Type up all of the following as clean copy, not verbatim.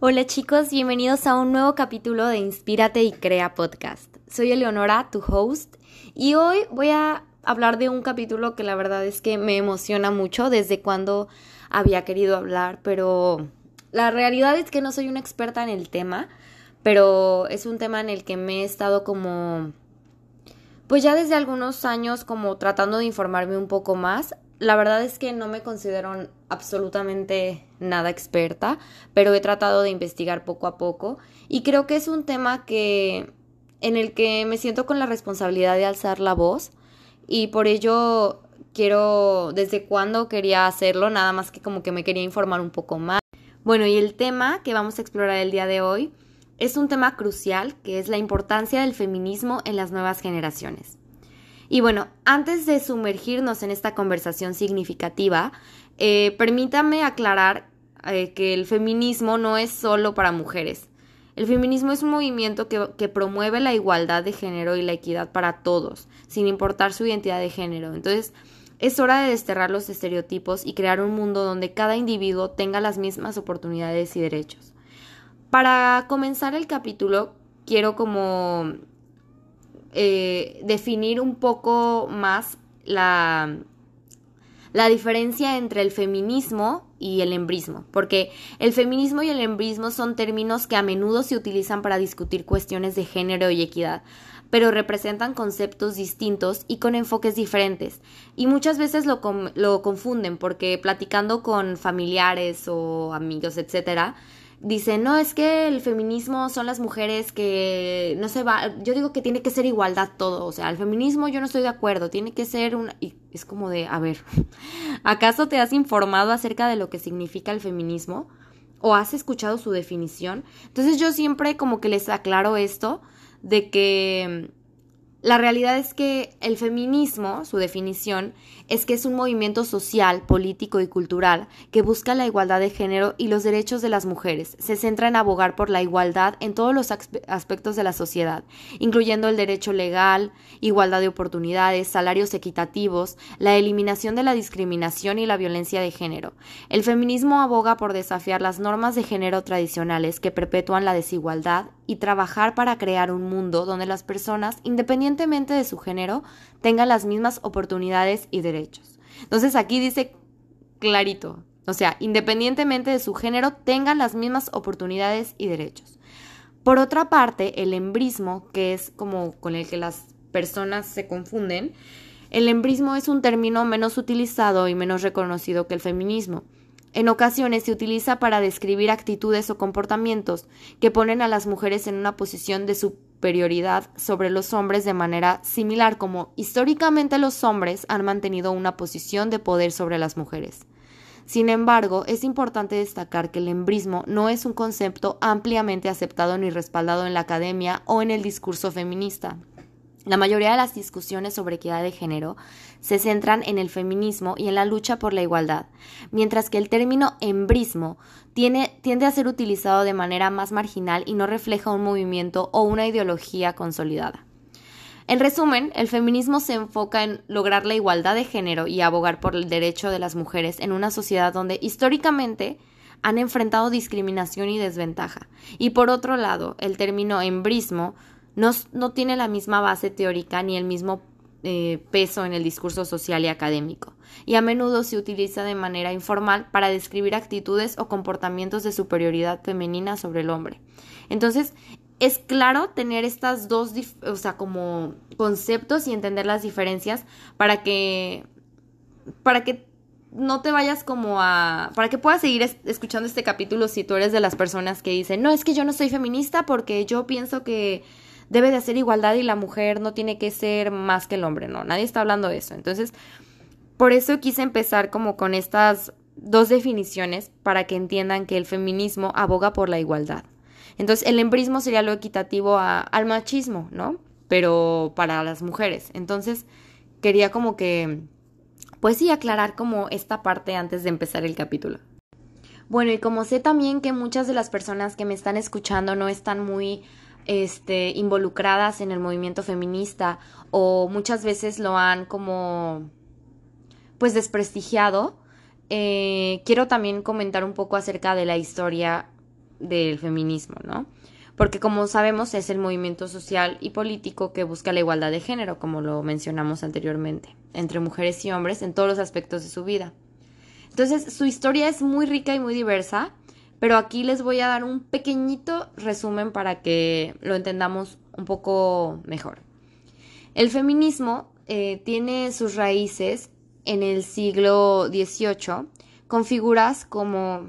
Hola chicos, bienvenidos a un nuevo capítulo de Inspírate y Crea Podcast. Soy Eleonora, tu host, y hoy voy a hablar de un capítulo que la verdad es que me emociona mucho desde cuando había querido hablar, pero la realidad es que no soy una experta en el tema, pero es un tema en el que me he estado pues ya desde algunos años como tratando de informarme un poco más. La verdad es que no me considero absolutamente nada experta, pero he tratado de investigar poco a poco y creo que es un tema en el que me siento con la responsabilidad de alzar la voz y por ello desde cuándo quería hacerlo, nada más que como que me quería informar un poco más. Bueno, y el tema que vamos a explorar el día de hoy es un tema crucial, que es la importancia del feminismo en las nuevas generaciones. Y bueno, antes de sumergirnos en esta conversación significativa, permítame aclarar que el feminismo no es solo para mujeres. El feminismo es un movimiento que promueve la igualdad de género y la equidad para todos, sin importar su identidad de género. Entonces, es hora de desterrar los estereotipos y crear un mundo donde cada individuo tenga las mismas oportunidades y derechos. Para comenzar el capítulo, quiero definir un poco más la diferencia entre el feminismo y el embrismo, porque el feminismo y el embrismo son términos que a menudo se utilizan para discutir cuestiones de género y equidad, pero representan conceptos distintos y con enfoques diferentes, y muchas veces lo confunden porque platicando con familiares o amigos, etcétera, dicen, no, es que el feminismo son las mujeres que no se va, yo digo que tiene que ser igualdad todo, o sea, el feminismo yo no estoy de acuerdo, tiene que ser y es como de, a ver, ¿acaso te has informado acerca de lo que significa el feminismo? ¿O has escuchado su definición? Entonces yo siempre como que les aclaro esto, de que la realidad es que el feminismo, su definición, es que es un movimiento social, político y cultural que busca la igualdad de género y los derechos de las mujeres. Se centra en abogar por la igualdad en todos los aspectos de la sociedad, incluyendo el derecho legal, igualdad de oportunidades, salarios equitativos, la eliminación de la discriminación y la violencia de género. El feminismo aboga por desafiar las normas de género tradicionales que perpetúan la desigualdad y trabajar para crear un mundo donde las personas, independientemente de su género, tengan las mismas oportunidades y derechos. Entonces aquí dice clarito, o sea, independientemente de su género, tengan las mismas oportunidades y derechos. Por otra parte, el embrismo, que es como con el que las personas se confunden, el embrismo es un término menos utilizado y menos reconocido que el feminismo. En ocasiones se utiliza para describir actitudes o comportamientos que ponen a las mujeres en una posición de superioridad sobre los hombres de manera similar, como históricamente los hombres han mantenido una posición de poder sobre las mujeres. Sin embargo, es importante destacar que el embrismo no es un concepto ampliamente aceptado ni respaldado en la academia o en el discurso feminista. La mayoría de las discusiones sobre equidad de género se centran en el feminismo y en la lucha por la igualdad, mientras que el término embrismo tiende a ser utilizado de manera más marginal y no refleja un movimiento o una ideología consolidada. En resumen, el feminismo se enfoca en lograr la igualdad de género y abogar por el derecho de las mujeres en una sociedad donde históricamente han enfrentado discriminación y desventaja. Y por otro lado, el término embrismo no tiene la misma base teórica ni el mismo peso en el discurso social y académico, y a menudo se utiliza de manera informal para describir actitudes o comportamientos de superioridad femenina sobre el hombre. Entonces, es claro tener estas dos, como conceptos y entender las diferencias para que no te vayas para que puedas seguir escuchando este capítulo si tú eres de las personas que dicen, no, es que yo no soy feminista porque yo pienso que debe de hacer igualdad y la mujer no tiene que ser más que el hombre, no, nadie está hablando de eso. Entonces, por eso quise empezar como con estas dos definiciones para que entiendan que el feminismo aboga por la igualdad. Entonces, el embrismo sería lo equitativo al machismo, ¿no? Pero para las mujeres. Entonces, quería pues sí, aclarar como esta parte antes de empezar el capítulo. Bueno, y como sé también que muchas de las personas que me están escuchando no están muy involucradas en el movimiento feminista o muchas veces lo han pues desprestigiado, quiero también comentar un poco acerca de la historia del feminismo, ¿no? Porque como sabemos es el movimiento social y político que busca la igualdad de género, como lo mencionamos anteriormente, entre mujeres y hombres en todos los aspectos de su vida. Entonces, su historia es muy rica y muy diversa, pero aquí les voy a dar un pequeñito resumen para que lo entendamos un poco mejor. El feminismo tiene sus raíces en el siglo XVIII con figuras como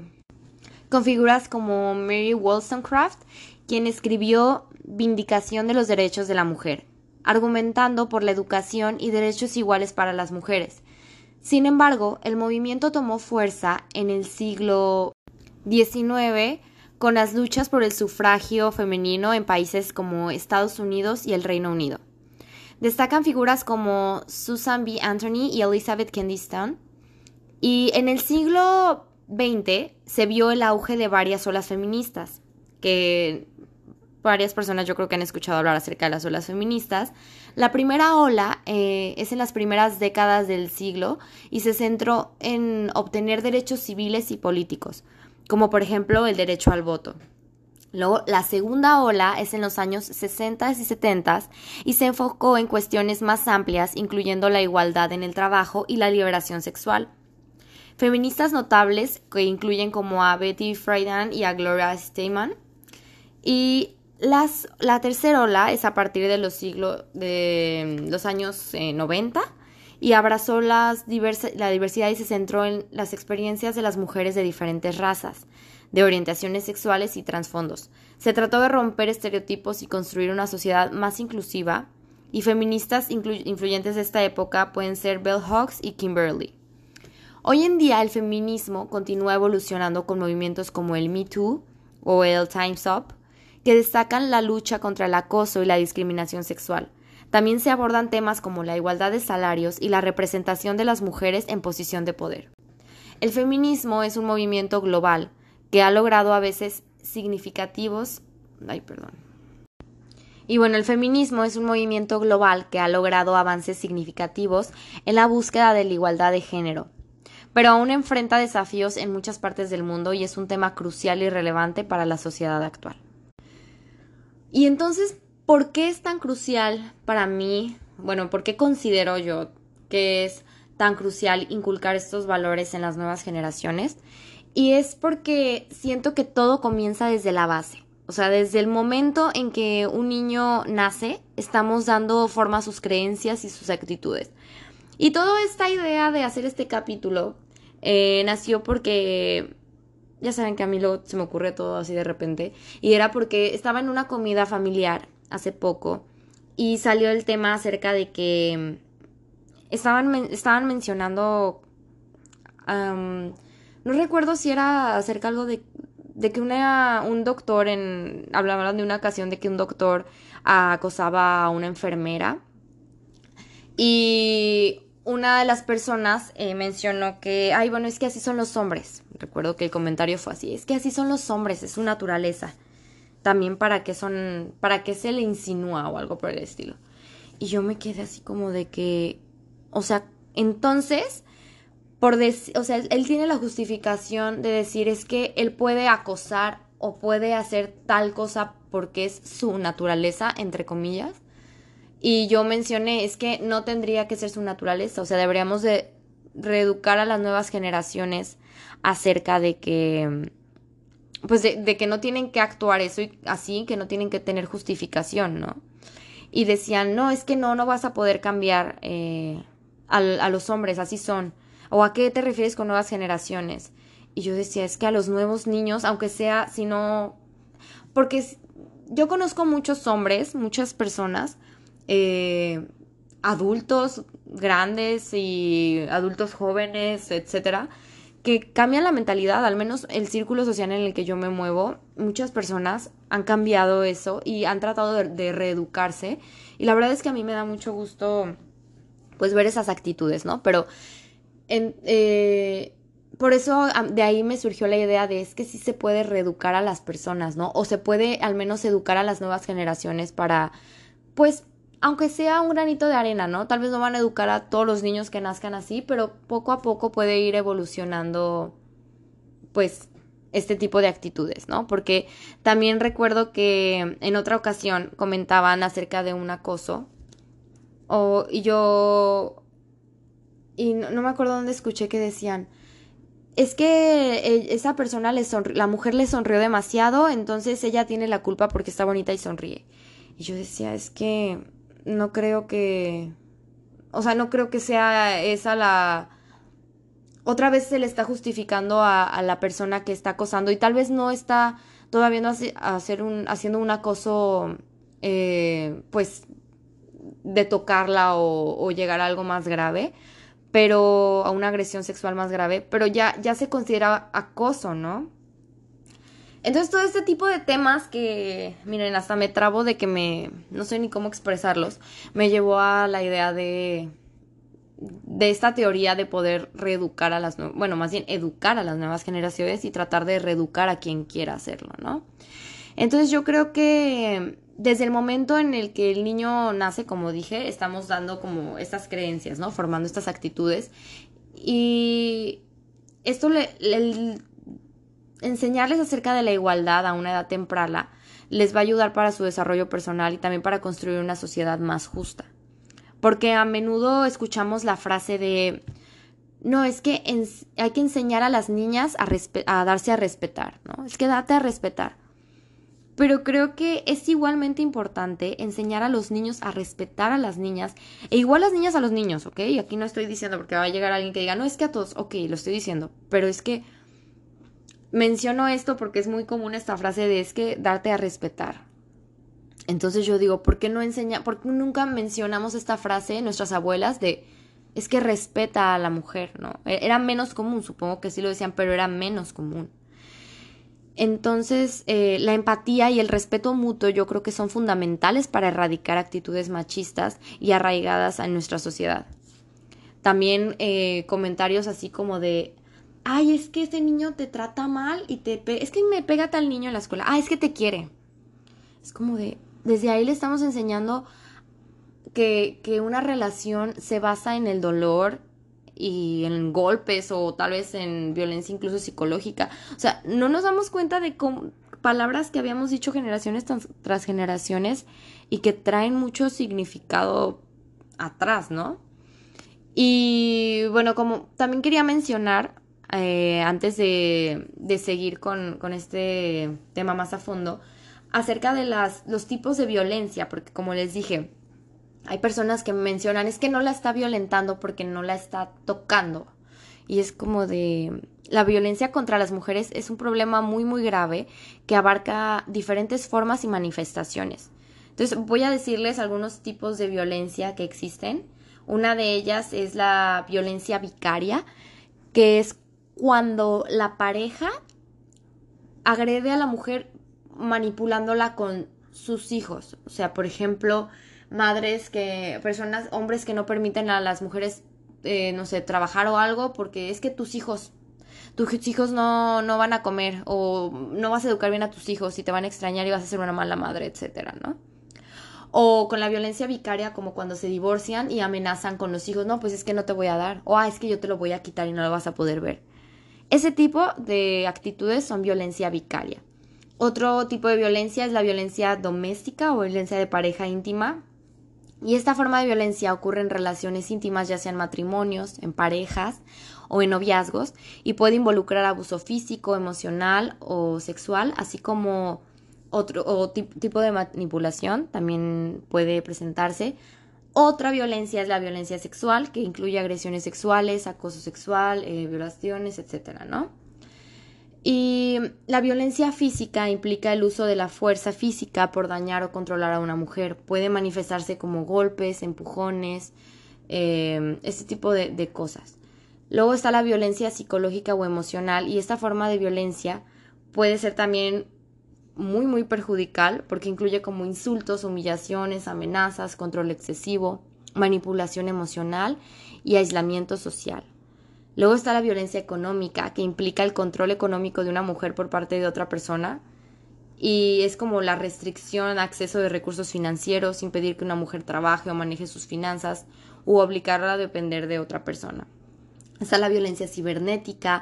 Mary Wollstonecraft, quien escribió Vindicación de los Derechos de la Mujer, argumentando por la educación y derechos iguales para las mujeres. Sin embargo, el movimiento tomó fuerza en el siglo XIX con las luchas por el sufragio femenino en países como Estados Unidos y el Reino Unido. Destacan figuras como Susan B. Anthony y Elizabeth Cady Stanton. Y en el siglo XX se vio el auge de varias olas feministas, que varias personas yo creo que han escuchado hablar acerca de las olas feministas. La primera ola es en las primeras décadas del siglo y se centró en obtener derechos civiles y políticos, como por ejemplo el derecho al voto. Luego, la segunda ola es en los años 60 y 70 y se enfocó en cuestiones más amplias, incluyendo la igualdad en el trabajo y la liberación sexual. Feministas notables que incluyen como a Betty Friedan y a Gloria Steinem. Y la tercera ola es a partir de los años 90 y abrazó la diversidad y se centró en las experiencias de las mujeres de diferentes razas, de orientaciones sexuales y trasfondos. Se trató de romper estereotipos y construir una sociedad más inclusiva, y feministas influyentes de esta época pueden ser Bell Hooks y Kimberly. Hoy en día el feminismo continúa evolucionando con movimientos como el Me Too o el Time's Up, que destacan la lucha contra el acoso y la discriminación sexual. También se abordan temas como la igualdad de salarios y la representación de las mujeres en posición de poder. El feminismo es un movimiento global que ha logrado a veces significativos... el feminismo es un movimiento global que ha logrado avances significativos en la búsqueda de la igualdad de género, pero aún enfrenta desafíos en muchas partes del mundo y es un tema crucial y relevante para la sociedad actual. Y entonces, ¿por qué es tan crucial para mí? Bueno, ¿por qué considero yo que es tan crucial inculcar estos valores en las nuevas generaciones? Y es porque siento que todo comienza desde la base. O sea, desde el momento en que un niño nace, estamos dando forma a sus creencias y sus actitudes. Y toda esta idea de hacer este capítulo nació porque... Ya saben que a mí luego se me ocurre todo así de repente. Y era porque estaba en una comida familiar hace poco y salió el tema acerca de que estaban mencionando... no recuerdo si era acerca algo de que un doctor hablaban de una ocasión de que un doctor acosaba a una enfermera. Y una de las personas mencionó que, es que así son los hombres. Recuerdo que el comentario fue así, es que así son los hombres, es su naturaleza. También para qué se le insinúa o algo por el estilo. Y yo me quedé así como de que, entonces, él tiene la justificación de decir es que él puede acosar o puede hacer tal cosa porque es su naturaleza, entre comillas. Y yo mencioné, es que no tendría que ser su naturaleza, deberíamos de reeducar a las nuevas generaciones acerca de que, de que no tienen que actuar eso así, que no tienen que tener justificación, ¿no? Y decían, no, es que no vas a poder cambiar a los hombres, así son. ¿O a qué te refieres con nuevas generaciones? Y yo decía, es que a los nuevos niños, aunque sea, si no... Porque yo conozco muchos hombres, muchas personas... adultos grandes y adultos jóvenes, etcétera, que cambian la mentalidad, al menos el círculo social en el que yo me muevo, muchas personas han cambiado eso y han tratado de reeducarse, y la verdad es que a mí me da mucho gusto pues ver esas actitudes, ¿no? Pero por eso de ahí me surgió la idea de es que sí se puede reeducar a las personas, ¿no? O se puede al menos educar a las nuevas generaciones para, pues, aunque sea un granito de arena, ¿no? Tal vez no van a educar a todos los niños que nazcan así, pero poco a poco puede ir evolucionando, pues, este tipo de actitudes, ¿no? Porque también recuerdo que en otra ocasión comentaban acerca de un acoso y no me acuerdo dónde escuché que decían, es que esa persona la mujer le sonrió demasiado, entonces ella tiene la culpa porque está bonita y sonríe. Y yo decía, es que no creo que, o sea, no creo que sea esa la... Otra vez se le está justificando a la persona que está acosando y tal vez no está todavía no haciendo un acoso, pues, de tocarla o llegar a algo más grave, pero a una agresión sexual más grave, pero ya se considera acoso, ¿no? Entonces todo este tipo de temas que, miren, hasta me trabo de que no sé ni cómo expresarlos, me llevó a la idea de esta teoría de poder reeducar bueno, más bien educar a las nuevas generaciones y tratar de reeducar a quien quiera hacerlo, ¿no? Entonces yo creo que desde el momento en el que el niño nace, como dije, estamos dando como estas creencias, ¿no? Formando estas actitudes. Y esto enseñarles acerca de la igualdad a una edad temprana les va a ayudar para su desarrollo personal y también para construir una sociedad más justa. Porque a menudo escuchamos la frase de, no, es que hay que enseñar a las niñas a darse a respetar, ¿no? Es que date a respetar. Pero creo que es igualmente importante enseñar a los niños a respetar a las niñas, e igual las niñas a los niños, ¿ok? Y aquí no estoy diciendo porque va a llegar alguien que diga, no, es que a todos, ok, lo estoy diciendo, pero es que menciono esto porque es muy común esta frase de es que darte a respetar. Entonces yo digo, ¿por qué nunca mencionamos esta frase, nuestras abuelas, de es que respeta a la mujer, ¿no? Era menos común, supongo que sí lo decían, pero era menos común. Entonces, la empatía y el respeto mutuo yo creo que son fundamentales para erradicar actitudes machistas y arraigadas en nuestra sociedad. También comentarios así como de, ay, es que ese niño te trata mal y es que me pega tal niño en la escuela, es que te quiere. Es como de, desde ahí le estamos enseñando que una relación se basa en el dolor y en golpes o tal vez en violencia incluso psicológica. O sea, no nos damos cuenta de palabras que habíamos dicho generaciones tras generaciones y que traen mucho significado atrás, ¿no? Y bueno, como también quería mencionar, antes de seguir con este tema más a fondo, acerca de los tipos de violencia, porque como les dije, hay personas que mencionan, es que no la está violentando porque no la está tocando. Y es como de, la violencia contra las mujeres es un problema muy, muy grave que abarca diferentes formas y manifestaciones. Entonces voy a decirles algunos tipos de violencia que existen. Una de ellas es la violencia vicaria, que es cuando la pareja agrede a la mujer manipulándola con sus hijos. O sea, por ejemplo, hombres que no permiten a las mujeres, no sé, trabajar o algo porque es que tus hijos no van a comer o no vas a educar bien a tus hijos y te van a extrañar y vas a ser una mala madre, etcétera, ¿no? O con la violencia vicaria, como cuando se divorcian y amenazan con los hijos, no, pues es que no te voy a dar, o es que yo te lo voy a quitar y no lo vas a poder ver. Ese tipo de actitudes son violencia vicaria. Otro tipo de violencia es la violencia doméstica o violencia de pareja íntima. Y esta forma de violencia ocurre en relaciones íntimas, ya sean matrimonios, en parejas o en noviazgos, y puede involucrar abuso físico, emocional o sexual, así como tipo de manipulación también puede presentarse. Otra violencia es la violencia sexual, que incluye agresiones sexuales, acoso sexual, violaciones, etcétera, ¿no? Y la violencia física implica el uso de la fuerza física por dañar o controlar a una mujer. Puede manifestarse como golpes, empujones, este tipo de cosas. Luego está la violencia psicológica o emocional, y esta forma de violencia puede ser también muy, muy perjudicial porque incluye como insultos, humillaciones, amenazas, control excesivo, manipulación emocional y aislamiento social. Luego está la violencia económica, que implica el control económico de una mujer por parte de otra persona, y es como la restricción, acceso de recursos financieros, impedir que una mujer trabaje o maneje sus finanzas u obligarla a depender de otra persona. Está la violencia cibernética,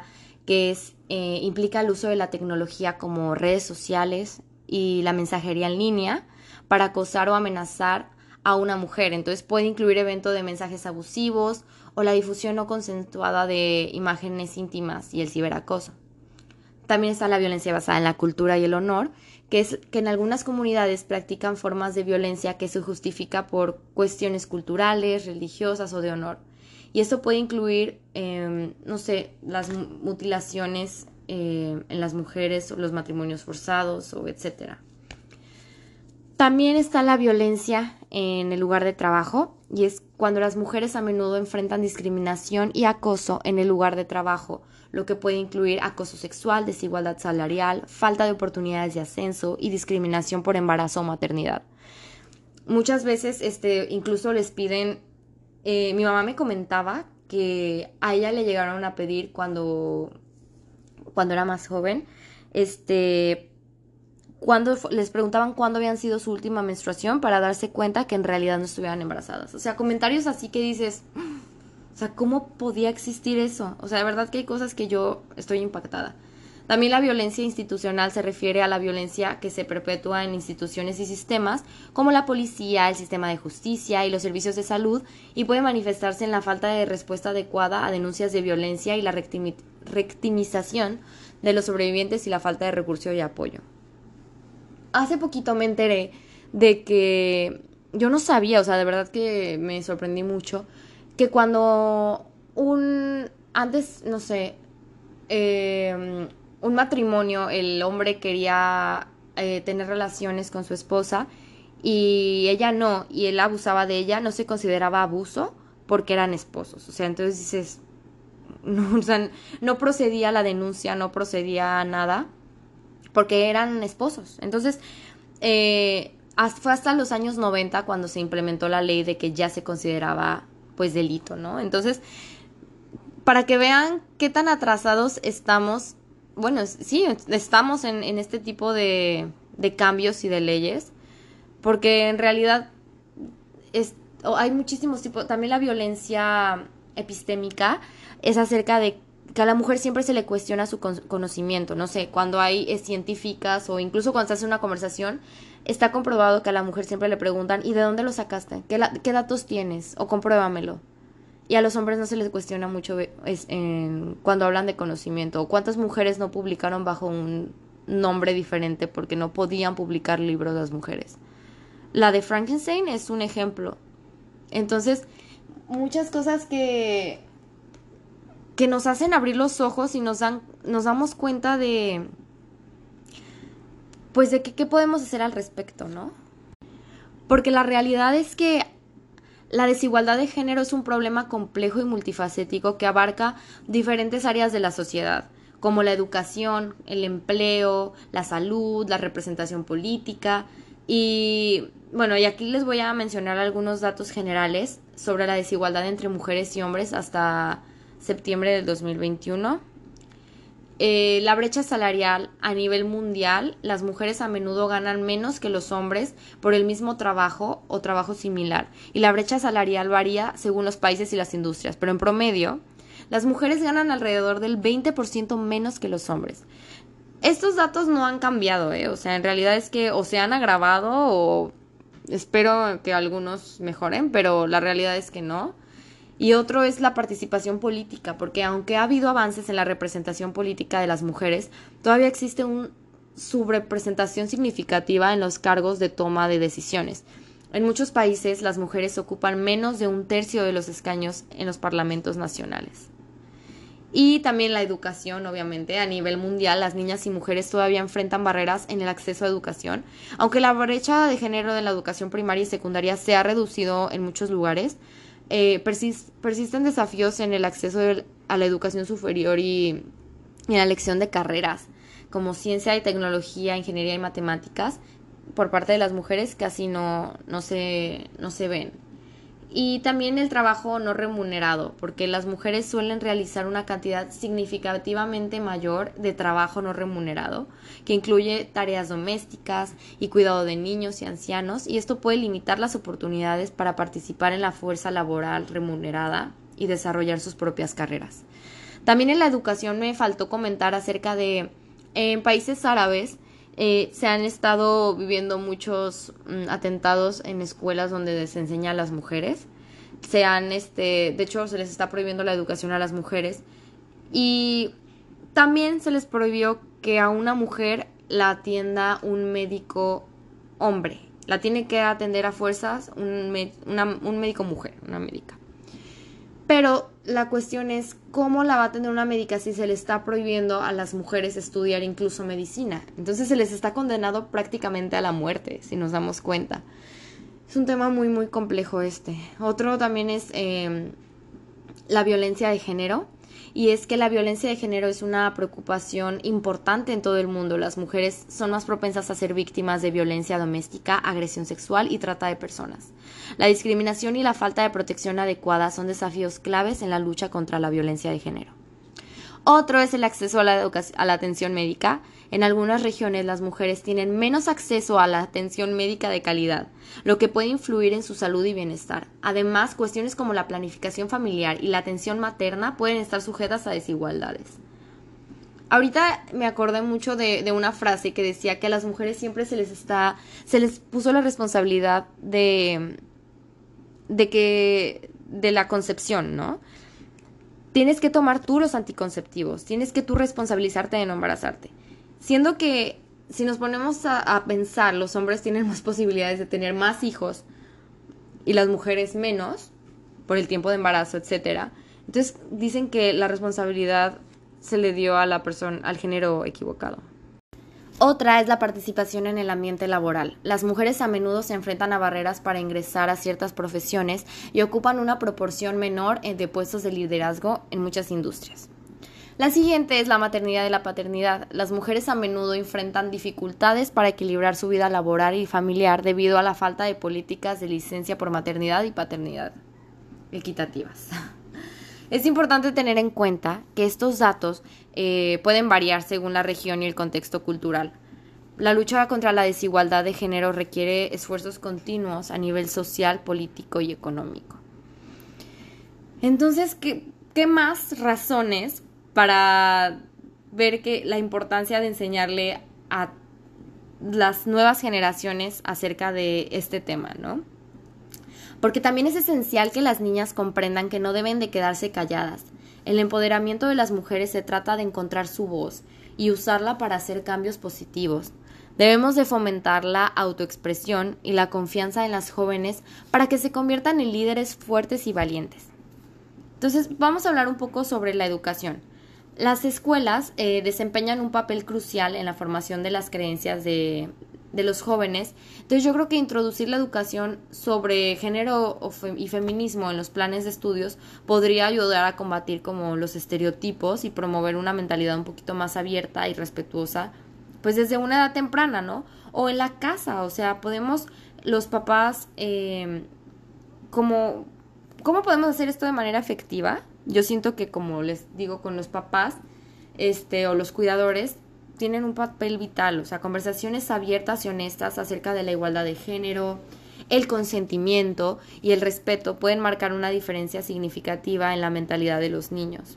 que implica el uso de la tecnología como redes sociales y la mensajería en línea para acosar o amenazar a una mujer. Entonces puede incluir eventos de mensajes abusivos o la difusión no consensuada de imágenes íntimas y el ciberacoso. También está la violencia basada en la cultura y el honor, que es que en algunas comunidades practican formas de violencia que se justifica por cuestiones culturales, religiosas o de honor. Y esto puede incluir, las mutilaciones en las mujeres, o los matrimonios forzados, o etcétera. También está la violencia en el lugar de trabajo, y es cuando las mujeres a menudo enfrentan discriminación y acoso en el lugar de trabajo, lo que puede incluir acoso sexual, desigualdad salarial, falta de oportunidades de ascenso y discriminación por embarazo o maternidad. Muchas veces incluso les piden, mi mamá me comentaba que a ella le llegaron a pedir cuando era más joven, cuando les preguntaban cuándo habían sido su última menstruación para darse cuenta que en realidad no estuvieran embarazadas. O sea, comentarios así que dices, o sea, ¿cómo podía existir eso? O sea, de verdad que hay cosas que yo estoy impactada. También la violencia institucional se refiere a la violencia que se perpetúa en instituciones y sistemas como la policía, el sistema de justicia y los servicios de salud, y puede manifestarse en la falta de respuesta adecuada a denuncias de violencia y la victimización de los sobrevivientes y la falta de recursos y apoyo. Hace poquito me enteré de que yo no sabía, o sea, de verdad que me sorprendí mucho, que cuando un matrimonio, el hombre quería tener relaciones con su esposa y ella no, y él abusaba de ella, no se consideraba abuso porque eran esposos. O sea, entonces dices, no, o sea, no procedía la denuncia, no procedía nada porque eran esposos. Entonces, fue hasta los años 90 cuando se implementó la ley de que ya se consideraba pues delito, ¿no? Entonces, para que vean qué tan atrasados estamos, bueno, sí, estamos en este tipo de cambios y de leyes, porque en realidad hay muchísimos tipos. También la violencia epistémica es acerca de que a la mujer siempre se le cuestiona su conocimiento. No sé, cuando hay científicas o incluso cuando se hace una conversación, está comprobado que a la mujer siempre le preguntan, ¿y de dónde lo sacaste? ¿Qué datos tienes? O compruébamelo. Y a los hombres no se les cuestiona mucho cuando hablan de conocimiento. O cuántas mujeres no publicaron bajo un nombre diferente porque no podían publicar libros las mujeres. La de Frankenstein es un ejemplo. Entonces, muchas cosas que nos hacen abrir los ojos y nos damos cuenta de pues de qué podemos hacer al respecto, ¿no? Porque la realidad es que la desigualdad de género es un problema complejo y multifacético que abarca diferentes áreas de la sociedad, como la educación, el empleo, la salud, la representación política. Y bueno, y aquí les voy a mencionar algunos datos generales sobre la desigualdad entre mujeres y hombres hasta septiembre del 2021. La brecha salarial a nivel mundial, las mujeres a menudo ganan menos que los hombres por el mismo trabajo o trabajo similar, y la brecha salarial varía según los países y las industrias, pero en promedio, las mujeres ganan alrededor del 20% menos que los hombres. Estos datos no han cambiado, o sea, en realidad es que o se han agravado o espero que algunos mejoren, pero la realidad es que no. Y otro es la participación política, porque aunque ha habido avances en la representación política de las mujeres, todavía existe una subrepresentación significativa en los cargos de toma de decisiones. En muchos países, las mujeres ocupan menos de 1/3 de los escaños en los parlamentos nacionales. Y también la educación, obviamente, a nivel mundial, las niñas y mujeres todavía enfrentan barreras en el acceso a educación. Aunque la brecha de género en la educación primaria y secundaria se ha reducido en muchos lugares, persisten desafíos en el acceso a la educación superior y en la elección de carreras como ciencia y tecnología, ingeniería y matemáticas por parte de las mujeres casi no se ven. Y también el trabajo no remunerado, porque las mujeres suelen realizar una cantidad significativamente mayor de trabajo no remunerado, que incluye tareas domésticas y cuidado de niños y ancianos, y esto puede limitar las oportunidades para participar en la fuerza laboral remunerada y desarrollar sus propias carreras. También en la educación me faltó comentar acerca de, en países árabes se han estado viviendo muchos atentados en escuelas donde se enseña a las mujeres. De hecho, se les está prohibiendo la educación a las mujeres. Y también se les prohibió que a una mujer la atienda un médico hombre. La tiene que atender a fuerzas un médico mujer, una médica. Pero la cuestión es cómo la va a atender una médica si se le está prohibiendo a las mujeres estudiar incluso medicina. Entonces se les está condenado prácticamente a la muerte, si nos damos cuenta. Es un tema muy, muy complejo este. Otro también es la violencia de género. Y es que la violencia de género es una preocupación importante en todo el mundo. Las mujeres son más propensas a ser víctimas de violencia doméstica, agresión sexual y trata de personas. La discriminación y la falta de protección adecuada son desafíos claves en la lucha contra la violencia de género. Otro es el acceso a la atención médica. En algunas regiones las mujeres tienen menos acceso a la atención médica de calidad, lo que puede influir en su salud y bienestar. Además, cuestiones como la planificación familiar y la atención materna pueden estar sujetas a desigualdades. Ahorita me acordé mucho de una frase que decía que a las mujeres siempre se les puso la responsabilidad de la concepción, ¿no? Tienes que tomar tú los anticonceptivos, tienes que tú responsabilizarte de no embarazarte. Siendo que si nos ponemos a pensar, los hombres tienen más posibilidades de tener más hijos y las mujeres menos, por el tiempo de embarazo, etcétera. Entonces dicen que la responsabilidad se le dio a la persona, al género equivocado. Otra es la participación en el ambiente laboral. Las mujeres a menudo se enfrentan a barreras para ingresar a ciertas profesiones y ocupan una proporción menor de puestos de liderazgo en muchas industrias. La siguiente es la maternidad y la paternidad. Las mujeres a menudo enfrentan dificultades para equilibrar su vida laboral y familiar debido a la falta de políticas de licencia por maternidad y paternidad equitativas. Es importante tener en cuenta que estos datos pueden variar según la región y el contexto cultural. La lucha contra la desigualdad de género requiere esfuerzos continuos a nivel social, político y económico. Entonces, ¿qué más razones para ver que la importancia de enseñarle a las nuevas generaciones acerca de este tema, ¿no? Porque también es esencial que las niñas comprendan que no deben de quedarse calladas. El empoderamiento de las mujeres se trata de encontrar su voz y usarla para hacer cambios positivos. Debemos de fomentar la autoexpresión y la confianza en las jóvenes para que se conviertan en líderes fuertes y valientes. Entonces, vamos a hablar un poco sobre la educación. Las escuelas desempeñan un papel crucial en la formación de las creencias de los jóvenes. Entonces yo creo que introducir la educación sobre género y feminismo en los planes de estudios podría ayudar a combatir como los estereotipos y promover una mentalidad un poquito más abierta y respetuosa, pues desde una edad temprana, ¿no? O en la casa, o sea, podemos los papás, ¿cómo podemos hacer esto de manera efectiva? Yo siento que, como les digo, con los papás o los cuidadores, tienen un papel vital, o sea, conversaciones abiertas y honestas acerca de la igualdad de género, el consentimiento y el respeto pueden marcar una diferencia significativa en la mentalidad de los niños.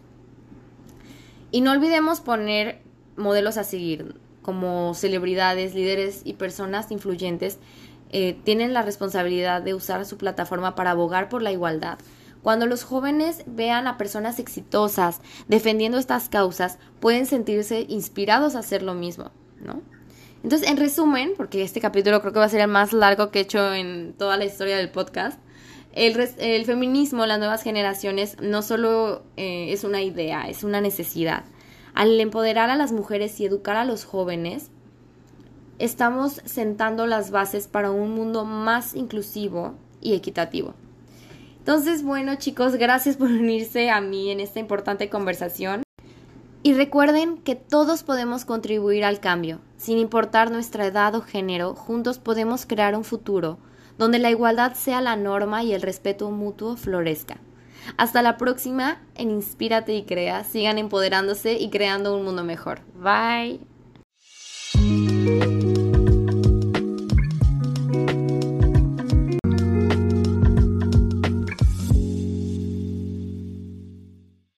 Y no olvidemos poner modelos a seguir, como celebridades, líderes y personas influyentes tienen la responsabilidad de usar su plataforma para abogar por la igualdad. Cuando los jóvenes vean a personas exitosas defendiendo estas causas, pueden sentirse inspirados a hacer lo mismo, ¿no? Entonces, en resumen, porque este capítulo creo que va a ser el más largo que he hecho en toda la historia del podcast, el feminismo, las nuevas generaciones, no solo es una idea, es una necesidad. Al empoderar a las mujeres y educar a los jóvenes, estamos sentando las bases para un mundo más inclusivo y equitativo. Entonces, bueno, chicos, gracias por unirse a mí en esta importante conversación. Y recuerden que todos podemos contribuir al cambio. Sin importar nuestra edad o género, juntos podemos crear un futuro donde la igualdad sea la norma y el respeto mutuo florezca. Hasta la próxima en Inspírate y Crea. Sigan empoderándose y creando un mundo mejor. Bye.